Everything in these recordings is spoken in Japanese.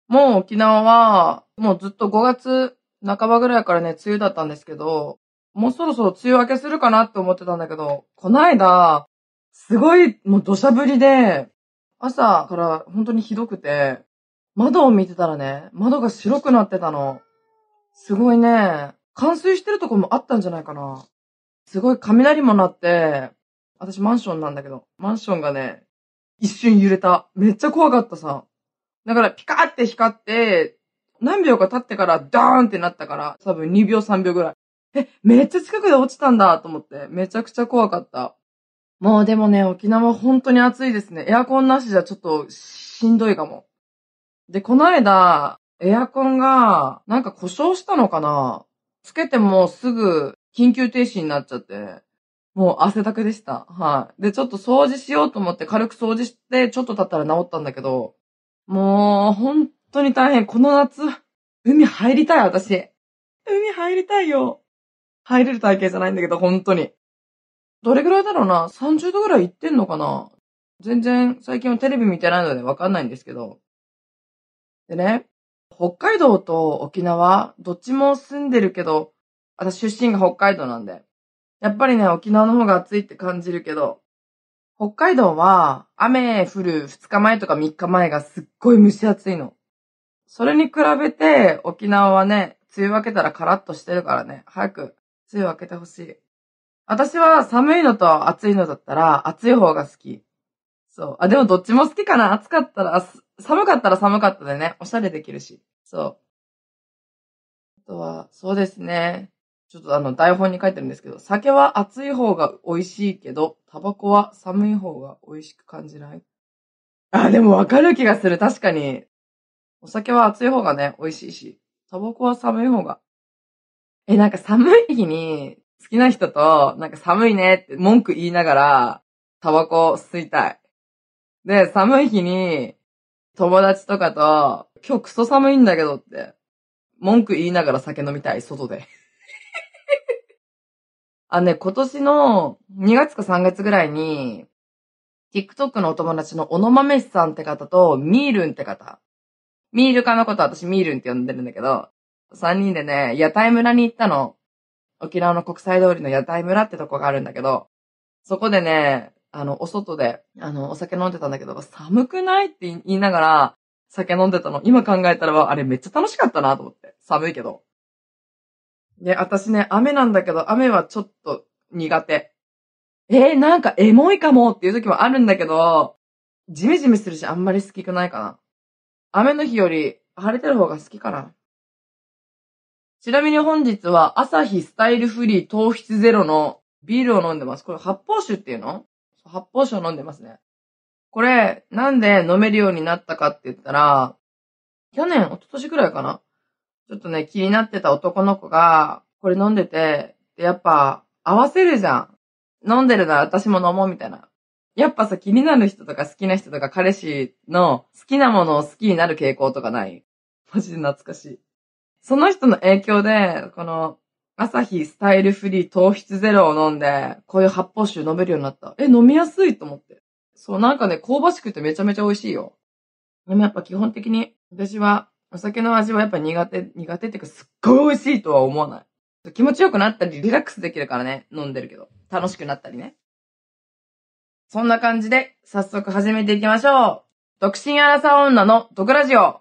もう沖縄は、もうずっと5月半ばぐらいからね、梅雨だったんですけど、もうそろそろ梅雨明けするかなって思ってたんだけど、こないだ、すごい、もう土砂降りで、朝から本当にひどくて、窓を見てたらね、窓が白くなってたの。すごいね、冠水してるとこもあったんじゃないかな。すごい雷も鳴って、私マンションなんだけど、マンションがね、一瞬揺れた。めっちゃ怖かったさ。だからピカーって光って、何秒か経ってからダーンってなったから、多分2秒3秒ぐらい。めっちゃ近くで落ちたんだと思って、めちゃくちゃ怖かった。もうでもね、沖縄本当に暑いですね。エアコンなしじゃちょっとしんどいかも。で、この間、エアコンがなんか故障したのかな？つけてもすぐ緊急停止になっちゃって、もう汗だくでした。はい。で、ちょっと掃除しようと思って軽く掃除して、ちょっと経ったら治ったんだけど、もう、本当に大変。この夏、海入りたい、私。海入りたいよ。入れる体型じゃないんだけど、本当に。どれぐらいだろうな？ 30 度ぐらい行ってんのかな？全然、最近はテレビ見てないのでわかんないんですけど。でね、北海道と沖縄、どっちも住んでるけど、私出身が北海道なんで。やっぱりね、沖縄の方が暑いって感じるけど、北海道は雨降る2日前とか3日前がすっごい蒸し暑いの。それに比べて沖縄はね、梅雨明けたらカラッとしてるからね、早く梅雨明けてほしい。私は寒いのと暑いのだったら暑い方が好き。そう。あ、でもどっちも好きかな。暑かったら、寒かったら寒かったでね、おしゃれできるし。そう。あとは、そうですね。ちょっと台本に書いてるんですけど、酒は熱い方が美味しいけど、タバコは寒い方が美味しく感じない？あ、でもわかる気がする。確かに。お酒は熱い方がね、美味しいし、タバコは寒い方が。なんか寒い日に好きな人と、なんか寒いねって文句言いながら、タバコ吸いたい。で、寒い日に友達とかと、今日クソ寒いんだけどって、文句言いながら酒飲みたい、外で。今年の2月か3月ぐらいに、TikTok のお友達の小野豆さんって方と、ミールンって方。ミールカのことは私ミールンって呼んでるんだけど、3人でね、屋台村に行ったの。沖縄の国際通りの屋台村ってとこがあるんだけど、そこでね、お外で、お酒飲んでたんだけど、寒くないって言いながら、酒飲んでたの。今考えたら、あれめっちゃ楽しかったなと思って。寒いけど。で、私ね、雨なんだけど、雨はちょっと苦手。なんかエモいかもっていう時もあるんだけど、ジメジメするしあんまり好きくないかな。雨の日より晴れてる方が好きかな。ちなみに本日は朝日スタイルフリー糖質ゼロのビールを飲んでます。これ発泡酒っていうの？発泡酒を飲んでますね。これ、なんで飲めるようになったかって言ったら、去年、一昨年ぐらいかな。ちょっとね、気になってた男の子が、これ飲んでて、でやっぱ、合わせるじゃん。飲んでるなら私も飲もうみたいな。やっぱさ、気になる人とか好きな人とか彼氏の好きなものを好きになる傾向とかない？マジで懐かしい。その人の影響で、この、朝日スタイルフリー糖質ゼロを飲んで、こういう発泡酒飲めるようになった。飲みやすいと思って。そう、なんかね、香ばしくてめちゃめちゃ美味しいよ。でもやっぱ基本的に、私は、お酒の味はやっぱ苦手っていうかすっごい美味しいとは思わない。気持ちよくなったり、リラックスできるからね、飲んでるけど。楽しくなったりね。そんな感じで、早速始めていきましょう。独身アラサー女の毒ラジオ。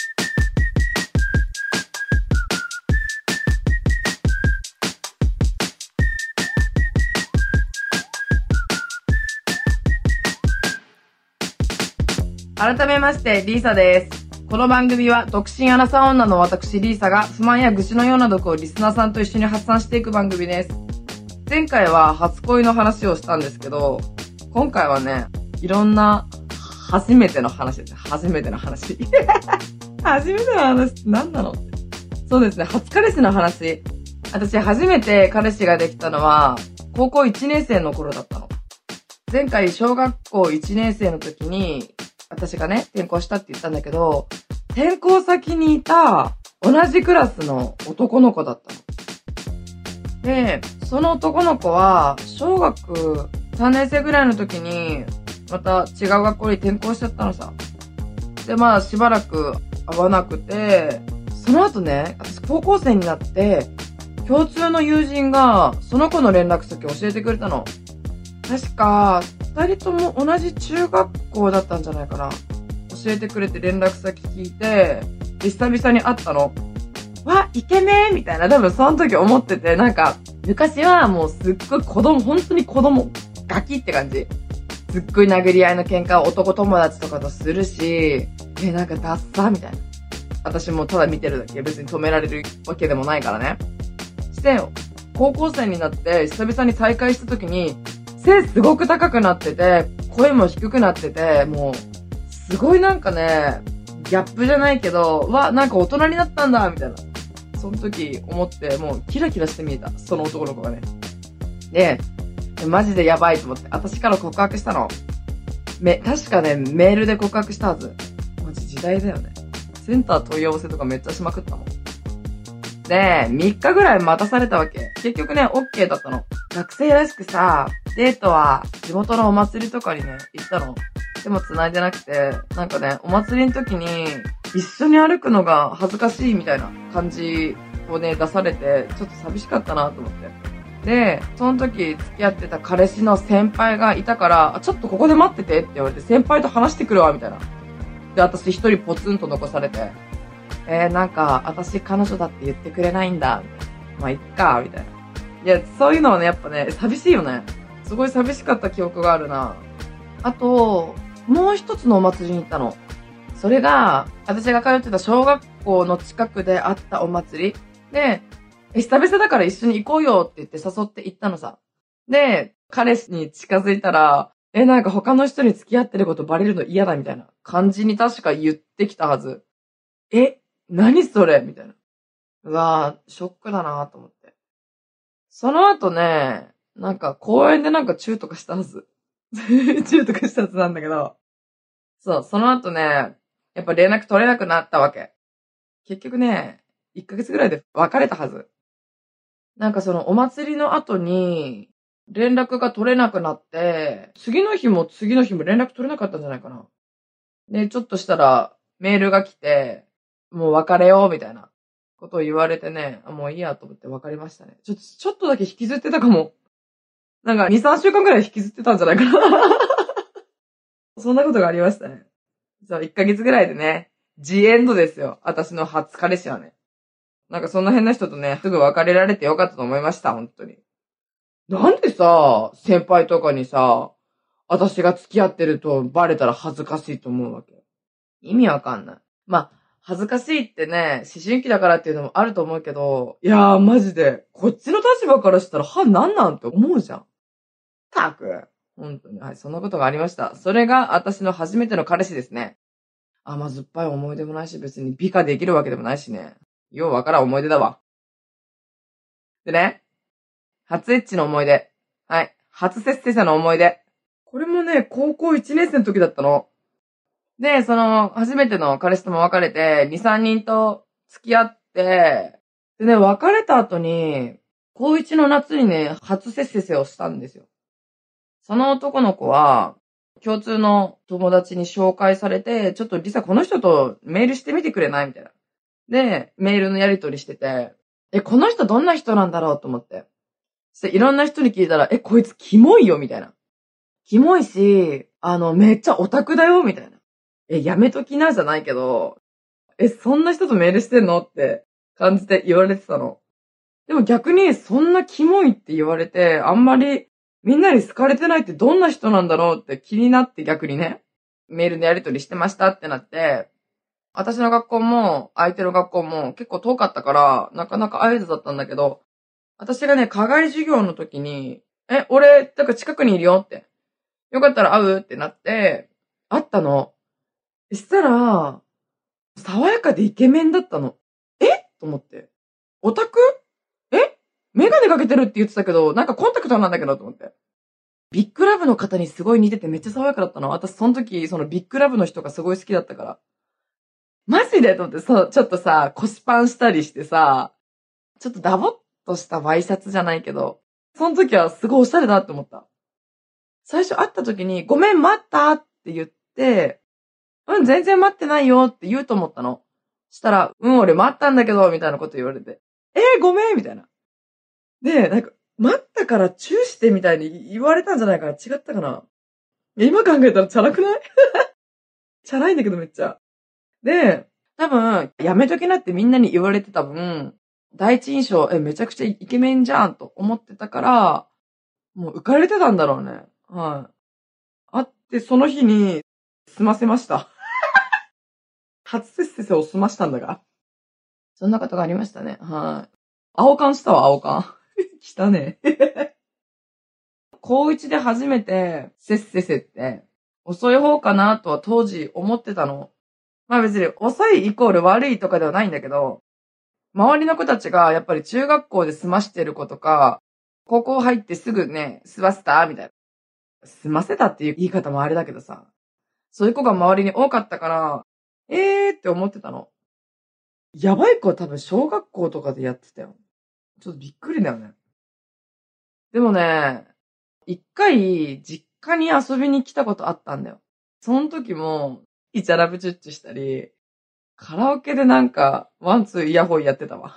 改めまして、リーサです。この番組は、独身アラサー女の私、リーサが不満や愚痴のような毒をリスナーさんと一緒に発散していく番組です。前回は初恋の話をしたんですけど、今回はね、いろんな初めての話です。初めての話。初めての話って何なの？そうですね、初彼氏の話。私、初めて彼氏ができたのは、高校1年生の頃だったの。前回、小学校1年生の時に、私がね、転校したって言ったんだけど、転校先にいた同じクラスの男の子だったの。で、その男の子は、小学3年生ぐらいの時に、また違う学校に転校しちゃったのさ。で、しばらく合わなくて、その後ね、私高校生になって、共通の友人がその子の連絡先教えてくれたの。確か、二人とも同じ中学校だったんじゃないかな。教えてくれて連絡先聞いて、で、久々に会ったの。わ、イケメンみたいな、多分その時思ってて、なんか、昔はもうすっごい本当に子供、ガキって感じ。すっごい殴り合いの喧嘩を男友達とかとするし、なんかダッサみたいな。私もただ見てるだけ、別に止められるわけでもないからね。してよ、高校生になって久々に再会した時に、背すごく高くなってて、声も低くなってて、もう、すごいなんかね、ギャップじゃないけど、なんか大人になったんだ、みたいな。その時思って、もうキラキラして見えた。その男の子がね。で、マジでやばいと思って、私から告白したの。確かね、メールで告白したはず。マジ時代だよね。センター問い合わせとかめっちゃしまくったもん。で、3日ぐらい待たされたわけ。結局ね、OK だったの。学生らしくさ、デートは地元のお祭りとかにね、行ったの。でも繋いでなくて、なんかね、お祭りの時に一緒に歩くのが恥ずかしいみたいな感じをね、出されて、ちょっと寂しかったなと思って。で、その時付き合ってた彼氏の先輩がいたから、ちょっとここで待っててって言われて、先輩と話してくるわ、みたいな。で、私一人ポツンと残されて、なんか、私彼女だって言ってくれないんだ、みたいな。まあ、いっか、みたいな。いや、そういうのはね、やっぱね、寂しいよね。すごい寂しかった記憶があるな。あと、もう一つのお祭りに行ったの。それが、私が通ってた小学校の近くであったお祭り。で、久々だから一緒に行こうよって言って誘って行ったのさ。で、彼氏に近づいたら、なんか他の人に付き合ってることバレるの嫌だみたいな感じに確か言ってきたはず。何それみたいな。うわぁ、ショックだなぁと思って。その後ね、なんか公園でなんかチューとかしたはず。チューとかしたはずなんだけど。そう、その後ね、やっぱ連絡取れなくなったわけ。結局ね、1ヶ月ぐらいで別れたはず。なんかそのお祭りの後に、連絡が取れなくなって、次の日も連絡取れなかったんじゃないかな。で、ちょっとしたらメールが来て、もう別れようみたいなことを言われてね、もういいやと思って別れましたね。ちょっとだけ引きずってたかも。なんか2、3週間くらい引きずってたんじゃないかな。そんなことがありましたね。そう、1ヶ月ぐらいでね、ジエンドですよ。私の初彼氏はね。なんかそんな変な人とね、すぐ別れられてよかったと思いました、本当に。なんでさ、先輩とかにさ、私が付き合ってるとバレたら恥ずかしいと思うわけ。意味わかんない。まあ、恥ずかしいってね、思春期だからっていうのもあると思うけど、いやーマジで、こっちの立場からしたら、なんなんって思うじゃん。たく。本当に。はい、そんなことがありました。それが私の初めての彼氏ですね。甘酸っぱい思い出もないし、別に美化できるわけでもないしね。ようわからん思い出だわ。でね、初エッチの思い出。はい。初接生者の思い出。これもね、高校1年生の時だったの。で、その、初めての彼氏とも別れて、2、3人と付き合って、でね、別れた後に、高1の夏にね、初接生をしたんですよ。その男の子は、共通の友達に紹介されて、ちょっとリサこの人とメールしてみてくれないみたいな。で、メールのやり取りしてて、この人どんな人なんだろうと思って。そしていろんな人に聞いたら、こいつキモいよみたいな。キモいし、めっちゃオタクだよみたいな。やめときなじゃないけど、そんな人とメールしてんのって感じで言われてたの。でも逆にそんなキモいって言われて、あんまりみんなに好かれてないってどんな人なんだろうって気になって逆にね、メールのやり取りしてましたってなって、私の学校も相手の学校も結構遠かったから、なかなか会えずだったんだけど、私がね、課外授業の時に、俺、なんか近くにいるよって。よかったら会うってなって、会ったの。したら、爽やかでイケメンだったの。と思って。オタクメガネかけてるって言ってたけど、なんかコンタクトなんだけどと思って。ビッグラブの方にすごい似ててめっちゃ爽やかだったの。私その時、そのビッグラブの人がすごい好きだったから。マジでと思って、ちょっとさ、腰パンしたりしてさ、ちょっとダボっとしたワイシャツじゃないけど、その時はすごいおしゃれだって思った。最初会った時に、ごめん待ったって言って、全然待ってないよって言うと思ったの。 したら、俺待ったんだけど、みたいなこと言われて。ごめんみたいな。で、なんか、待ったからチューしてみたいに言われたんじゃないかな。違ったかな。今考えたらチャラくないチャラいんだけどめっちゃ。で、多分、やめときなってみんなに言われてた分、第一印象、めちゃくちゃイケメンじゃんと思ってたから、もう浮かれてたんだろうね。はい。会って、その日に、済ませました。初せっせせを済ましたんだが。そんなことがありましたね。はい。青缶したわ、青缶。来たね。高一で初めて、せっせせって、遅い方かなとは当時思ってたの。まあ別に遅いイコール悪いとかではないんだけど、周りの子たちがやっぱり中学校で済ましてる子とか、高校入ってすぐね、済ませたみたいな。済ませたっていう言い方もあれだけどさ。そういう子が周りに多かったから、って思ってたの。やばい子は多分小学校とかでやってたよ。ちょっとびっくりだよね。でもね、一回実家に遊びに来たことあったんだよ。その時も、イチャラブチュッチュしたり、カラオケでなんか、ワンツーイヤホンやってたわ。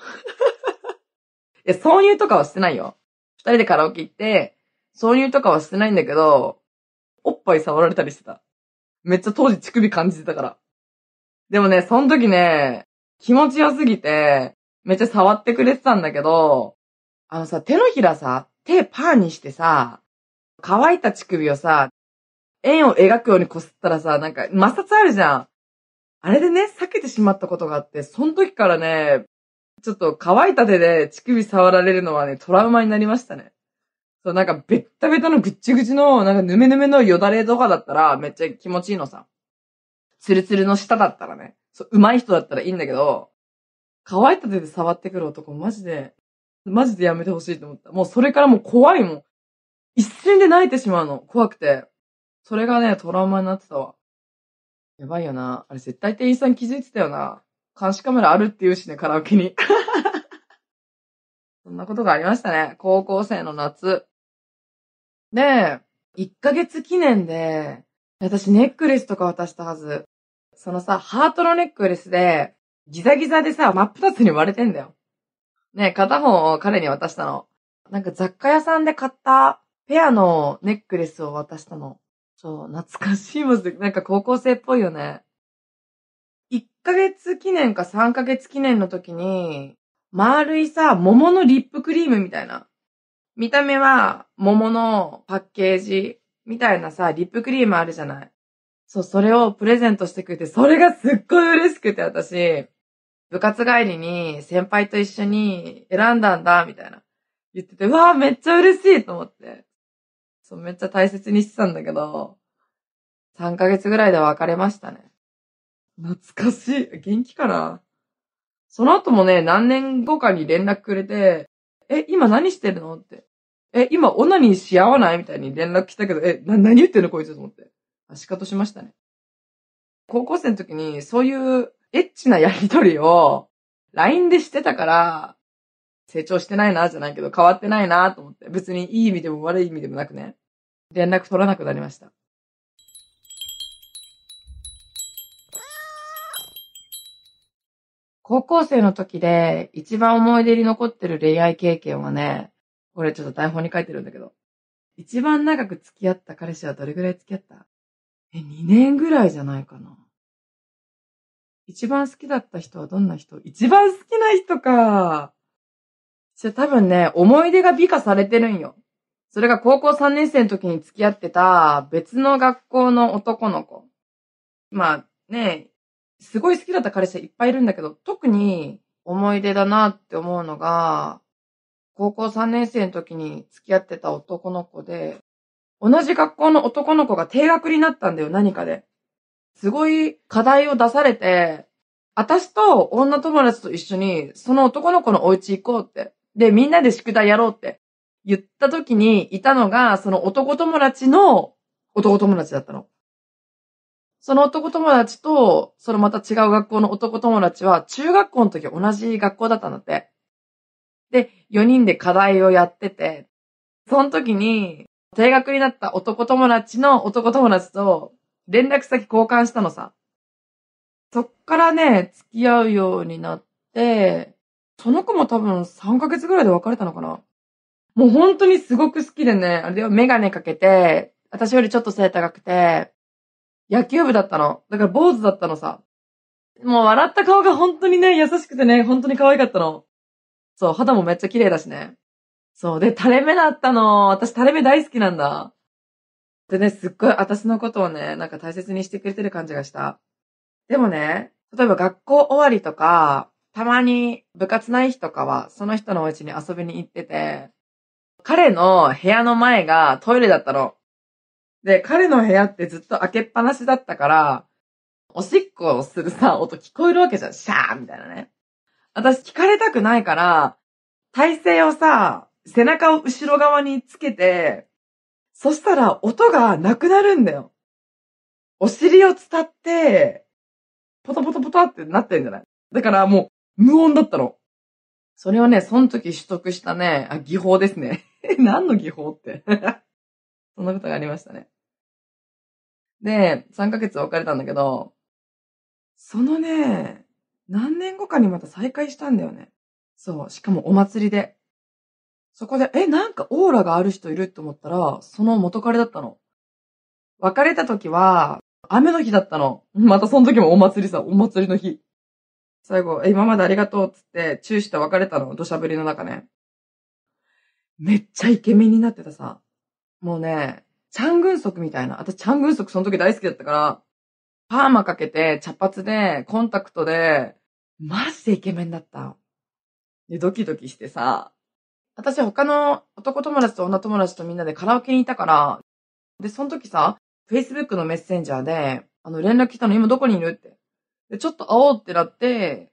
挿入とかはしてないよ。二人でカラオケ行って、挿入とかはしてないんだけど、おっぱい触られたりしてた。めっちゃ当時乳首感じてたから。でもね、その時ね、気持ちよすぎて、めっちゃ触ってくれてたんだけど、手のひらさ、手パーにしてさ、乾いた乳首をさ、円を描くように擦ったらさ、なんか摩擦あるじゃん。あれでね、避けてしまったことがあって、その時からね、ちょっと乾いた手で乳首触られるのはね、トラウマになりましたね。そう、なんかベッタベタのぐっちぐちの、なんかヌメヌメのよだれとかだったらめっちゃ気持ちいいのさ。ツルツルの下だったらね。そう、上手い人だったらいいんだけど、乾いた手で触ってくる男マジでやめてほしいと思った。もうそれからもう怖いもん。一瞬で泣いてしまうの。怖くて。それがね、トラウマになってたわ。やばいよな。あれ絶対店員さん気づいてたよな。監視カメラあるって言うしね、カラオケに。そんなことがありましたね。高校生の夏。で、1ヶ月記念で、私ネックレスとか渡したはず。そのさ、ハートのネックレスで、ギザギザでさ、真っ二つに割れてんだよ。ね、片方を彼に渡したの。なんか雑貨屋さんで買ったペアのネックレスを渡したの。そう、懐かしいもんで、なんか高校生っぽいよね。1ヶ月記念か3ヶ月記念の時に、丸いさ、桃のリップクリームみたいな。見た目は桃のパッケージみたいなさ、リップクリームあるじゃない。そう、それをプレゼントしてくれて、それがすっごい嬉しくて、私、部活帰りに先輩と一緒に選んだんだ、みたいな。言ってて、うわーめっちゃ嬉しいと思って。そう、めっちゃ大切にしてたんだけど、3ヶ月ぐらいで別れましたね。懐かしい。元気かな。その後もね、何年後かに連絡くれて、今何してるのって。今オナニーし合わないみたいに連絡来たけど、何言ってんのこいつと思って。仕方しましたね。高校生の時にそういうエッチなやりとりを LINE でしてたから、成長してないなじゃないけど変わってないなと思って。別にいい意味でも悪い意味でもなくね。連絡取らなくなりました。高校生の時で一番思い出に残ってる恋愛経験はね、これちょっと台本に書いてるんだけど、一番長く付き合った彼氏はどれぐらい付き合った？ 2年ぐらいじゃないかな。一番好きだった人はどんな人？一番好きな人か。多分ね、思い出が美化されてるんよ。それが高校3年生の時に付き合ってた別の学校の男の子。まあね、すごい好きだった彼氏はいっぱいいるんだけど、特に思い出だなって思うのが、高校3年生の時に付き合ってた男の子で、同じ学校の男の子が停学になったんだよ、何かで。すごい課題を出されて、私と女友達と一緒にその男の子のお家行こうって。で、みんなで宿題やろうって言った時にいたのが、その男友達の男友達だったの。その男友達と、そのまた違う学校の男友達は、中学校の時同じ学校だったんだって。で、4人で課題をやってて、その時に、定額になった男友達の男友達と連絡先交換したのさ。 そっからね、付き合うようになって、その子も多分3ヶ月ぐらいで別れたのかな。もう本当にすごく好きでね、あれをメガネかけて、私よりちょっと背高くて、野球部だったの。だから坊主だったのさ。もう笑った顔が本当にね、優しくてね、本当に可愛かったの。そう、肌もめっちゃ綺麗だしね。そう、で、垂れ目だったの。私垂れ目大好きなんだ。でね、すっごい私のことをね、なんか大切にしてくれてる感じがした。でもね、例えば学校終わりとか、たまに部活ない日とかは、その人のお家に遊びに行ってて、彼の部屋の前がトイレだったの。で、彼の部屋ってずっと開けっぱなしだったから、おしっこをするさ、音聞こえるわけじゃん。シャーみたいなね。私聞かれたくないから、体勢をさ、背中を後ろ側につけて、そしたら音がなくなるんだよ。お尻を伝って、ポトポトポトってなってんじゃない？だからもう無音だったの。それをね、その時取得したね、技法ですね。何の技法って。そんなことがありましたね。で、3ヶ月別れたんだけど、そのね、何年後かにまた再会したんだよね。そう、しかもお祭りで。そこで、なんかオーラがある人いるって思ったら、その元彼だったの。別れた時は、雨の日だったの。またその時もお祭りさ、お祭りの日。最後、今までありがとうっつって、チューして別れたの。土砂降りの中ね。めっちゃイケメンになってたさ。もうね、チャングンソクみたいな。私チャングンソクその時大好きだったから、パーマかけて、茶髪で、コンタクトで、マジでイケメンだった。で、ドキドキしてさ、私他の男友達と女友達とみんなでカラオケにいたから、で、その時さ、Facebook のメッセンジャーで、連絡来たの今どこにいるって。で、ちょっと会おうってなって、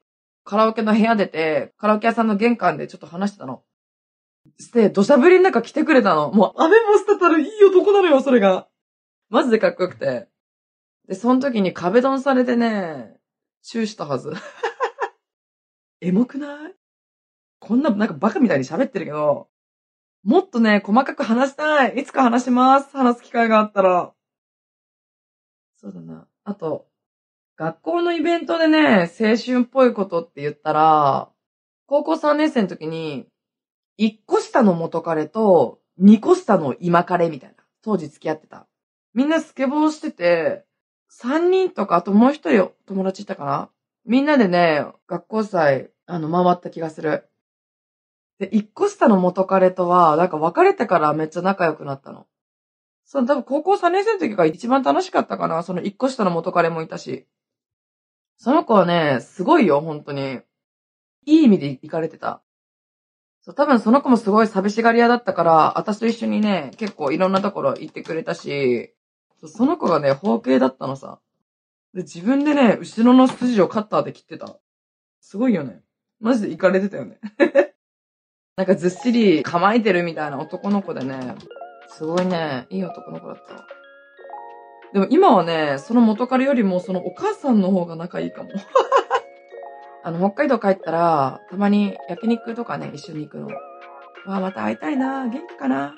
カラオケの部屋出て、カラオケ屋さんの玄関でちょっと話してたの。して、土砂降りの中来てくれたの。もう、雨も捨てたらいい男なのよ、それが。マジでかっこよくて。で、その時に壁ドンされてね、チューしたはず。エモくない？こんな、なんかバカみたいに喋ってるけど、もっとね、細かく話したい。いつか話します。話す機会があったら。そうだな。あと、学校のイベントでね、青春っぽいことって言ったら、高校3年生の時に、1個下の元彼と2個下の今彼みたいな。当時付き合ってた。みんなスケボーしてて、3人とか、あともう1人友達いたかな？みんなでね、学校祭、回った気がする。で、1個下の元彼とは、なんか別れてからめっちゃ仲良くなったの。多分高校3年生の時が一番楽しかったかな。その1個下の元彼もいたし。その子はね、すごいよ、本当に。いい意味で行かれてた。そう、多分その子もすごい寂しがり屋だったから、私と一緒にね、結構いろんなところ行ってくれたし、その子がね、包茎だったのさ。で、自分でね、後ろの筋をカッターで切ってた。すごいよね。マジで行かれてたよね。なんかずっしり構えてるみたいな男の子でね、すごいね、いい男の子だった。でも今はね、その元彼よりもそのお母さんの方が仲いいかも。北海道帰ったら、たまに焼肉とかね、一緒に行くの。わあ、また会いたいな。元気かな。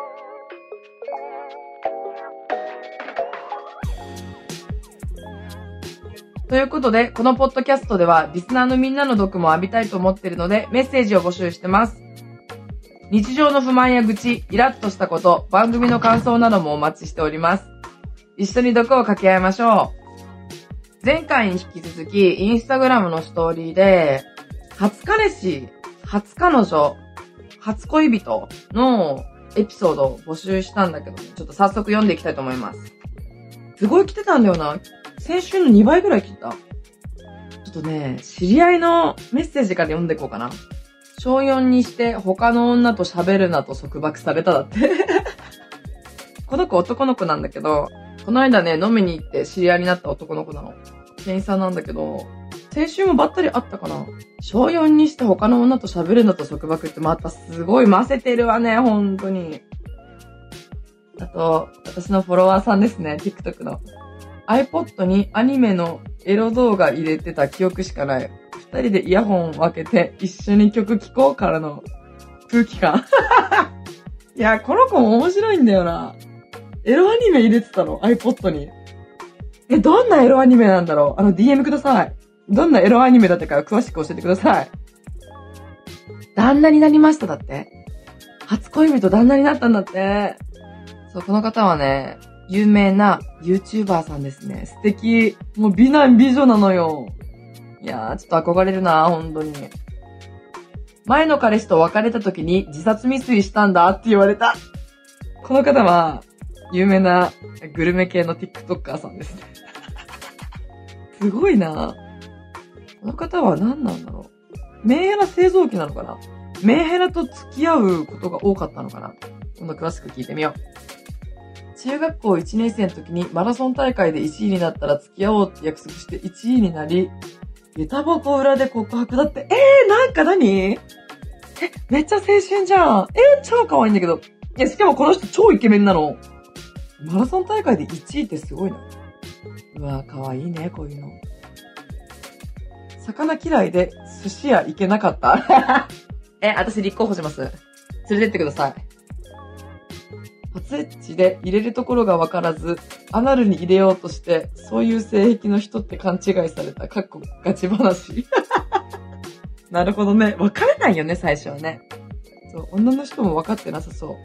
ということで、このポッドキャストでは、リスナーのみんなの毒も浴びたいと思っているので、メッセージを募集してます。日常の不満や愚痴、イラッとしたこと、番組の感想などもお待ちしております。一緒に毒を掛け合いましょう。前回に引き続き、インスタグラムのストーリーで、初彼氏、初彼女、初恋人のエピソードを募集したんだけど、ちょっと早速読んでいきたいと思います。すごい来てたんだよな。先週の2倍ぐらい来てた。ちょっとね、知り合いのメッセージから読んでいこうかな。小4にして他の女と喋るなと束縛されただって。この子男の子なんだけど、この間ね、飲みに行って知り合いになった男の子なの。店員さんなんだけど、先週もばったり会ったかな。小4にして他の女と喋るなと束縛ってまたすごいませてるわね、ほんとに。あと、私のフォロワーさんですね、TikTok の。iPod にアニメのエロ動画入れてた記憶しかない。二人でイヤホンを分けて一緒に曲聴こうからの空気感。いや、この子も面白いんだよな。エロアニメ入れてたの iPod に。 どんなエロアニメなんだろう？DM ください。どんなエロアニメだったか詳しく教えてください。旦那になりましただって。初恋人旦那になったんだって。そう、この方はね、有名な YouTuber さんですね。素敵。もう美男美女なのよ。いやー、ちょっと憧れるな、本当に。前の彼氏と別れた時に自殺未遂したんだって言われた。この方は、有名なグルメ系の TikToker さんですね。すごいな。この方は何なんだろう。メンヘラ製造機なのかな？メンヘラと付き合うことが多かったのかな？今度詳しく聞いてみよう。中学校1年生の時にマラソン大会で1位になったら付き合おうって約束して1位になり、下駄箱裏で告白だって。なんか何？めっちゃ青春じゃん。超可愛いんだけど。しかもこの人超イケメンなの。マラソン大会で1位ってすごいな。うわぁ、可愛いね、こういうの。魚嫌いで寿司屋行けなかった。私立候補します。連れてってください。初エッチで入れるところがわからず、アナルに入れようとして、そういう性癖の人って勘違いされた。ガチ話。なるほどね。わからないよね、最初はね。そう、女の人も分かってなさそう。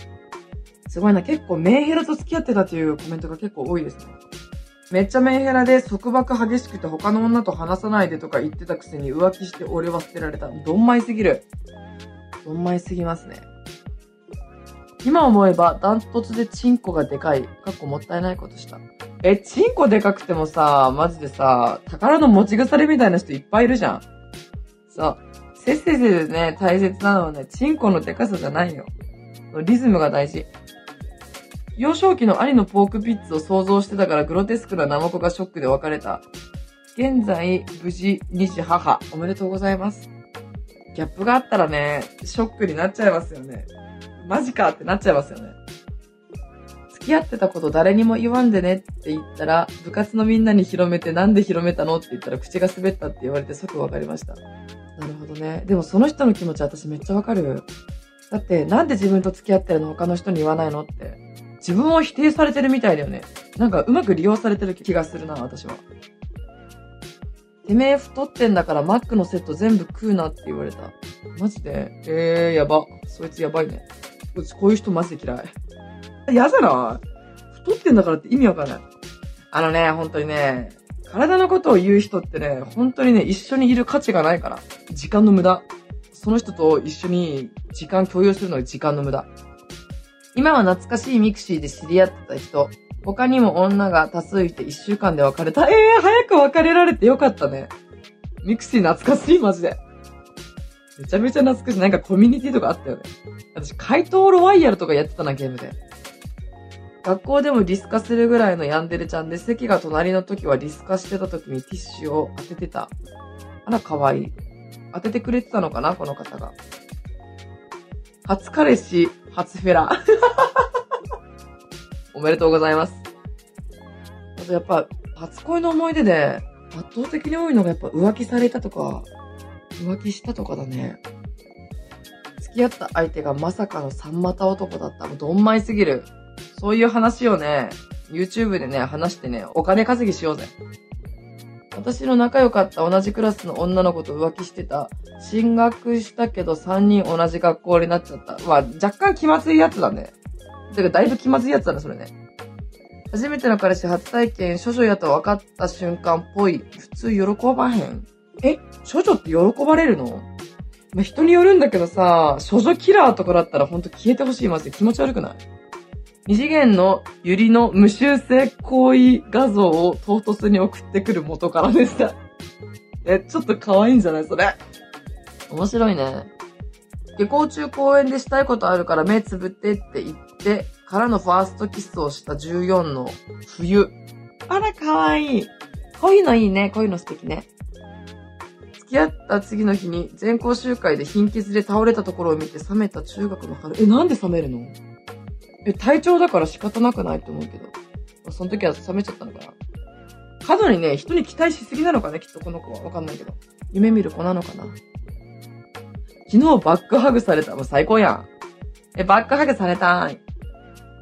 すごいな、結構メンヘラと付き合ってたというコメントが結構多いですね。めっちゃメンヘラで束縛激しくて他の女と話さないでとか言ってたくせに浮気して俺は捨てられた。どんまいすぎる。どんまいすぎますね。今思えばダントツでチンコがでかい。もったいないことした。チンコでかくてもさ、マジでさ、宝の持ち腐れみたいな人いっぱいいるじゃん。そう。せっせでね、大切なのはね、チンコのでかさじゃないよ。リズムが大事。幼少期の兄のポークピッツを想像してたからグロテスクなナマコがショックで別れた。現在、無事、二児母。おめでとうございます。ギャップがあったらね、ショックになっちゃいますよね。マジかってなっちゃいますよね。付き合ってたこと誰にも言わんでねって言ったら、部活のみんなに広めてなんで広めたのって言ったら口が滑ったって言われて即分かりました。なるほどね。でもその人の気持ち私めっちゃわかる。だってなんで自分と付き合ってるの他の人に言わないのって。自分を否定されてるみたいだよね。なんかうまく利用されてる気がするな、私は。てめえ太ってんだからマックのセット全部食うなって言われた。マジでやば。そいつやばいね。うちこういう人マジで嫌い。嫌じゃない？太ってんだからって意味わかんない。本当にね、体のことを言う人ってね、本当にね、一緒にいる価値がないから。時間の無駄。その人と一緒に時間共有するのが時間の無駄。今は懐かしいミクシーで知り合ってた人。他にも女が多数いて1週間で別れた。早く別れられてよかったね。ミクシー懐かしいマジで。めちゃめちゃ懐かしい。なんかコミュニティとかあったよね。私、怪盗ロワイヤルとかやってたな、ゲームで。学校でもリスカするぐらいのヤンデレちゃんで、席が隣の時はリスカしてた時にティッシュを当ててた。あら、かわいい。当ててくれてたのかな、この方が。初彼氏、初フェラ。おめでとうございます。あとやっぱ、初恋の思い出で、圧倒的に多いのがやっぱ浮気されたとか、浮気したとかだね。付き合った相手がまさかの三股男だった。もうどんまいすぎる。そういう話をね、YouTube でね、話してね、お金稼ぎしようぜ。私の仲良かった同じクラスの女の子と浮気してた。進学したけど3人同じ学校になっちゃった。若干気まずいやつだね。てかだいぶ気まずいやつだね、それね。初めての彼氏初体験、処女やと分かった瞬間っぽい。普通喜ばへん。処女って喜ばれるの？人によるんだけどさ、処女キラーとかだったらほんと消えてほしい。マジで気持ち悪くない？二次元のユリの無修正行為画像を唐突に送ってくる元からでした。ちょっと可愛いんじゃないそれ。面白いね。下校中公園でしたいことあるから目つぶってって言ってからのファーストキスをした14の冬。あら、可愛い。こういうのいいね。こういうの素敵ね。付き合った次の日に全校集会で貧血で倒れたところを見て冷めた中学の春。なんで冷めるの？体調だから仕方なくないと思うけど。その時は冷めちゃったのかな。過度にね、人に期待しすぎなのかね、きっとこの子は。わかんないけど。夢見る子なのかな。昨日バックハグされた。もう最高やん。バックハグされたーい。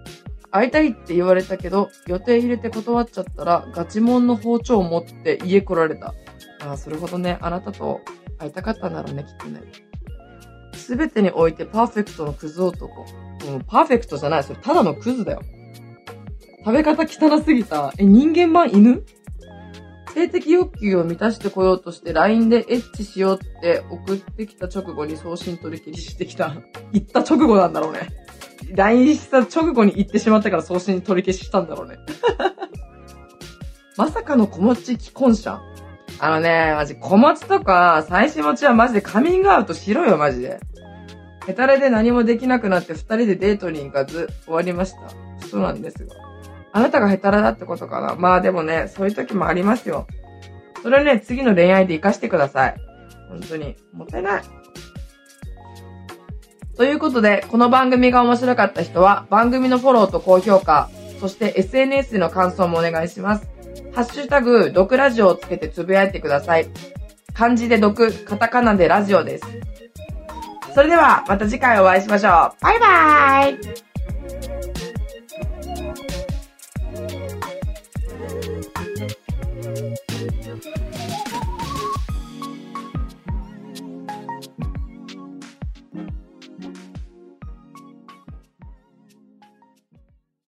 会いたいって言われたけど、予定入れて断っちゃったら、ガチモンの包丁を持って家来られた。ああ、それほどね、あなたと会いたかったんだろうね、きっとね。すべてにおいてパーフェクトのクズ男。パーフェクトじゃない、それただのクズだよ。食べ方汚すぎた。人間版犬？性的欲求を満たしてこようとして LINE でエッチしようって送ってきた直後に送信取り消ししてきた。言った直後なんだろうね。LINE した直後に言ってしまったから送信取り消ししたんだろうね。まさかの子持ち既婚者。マジ子持ちとか妻子持ちはマジでカミングアウトしろよ、マジで。ヘタレで何もできなくなって二人でデートに行かず終わりました。そうなんですが。あなたがヘタレだってことかな。まあでもね、そういう時もありますよ。それね、次の恋愛で活かしてください。本当に。もったいない。ということで、この番組が面白かった人は、番組のフォローと高評価、そして SNS での感想もお願いします。ハッシュタグ、毒ラジオをつけてつぶやいてください。漢字で毒、カタカナでラジオです。それでは、また次回お会いしましょう。バイバーイ。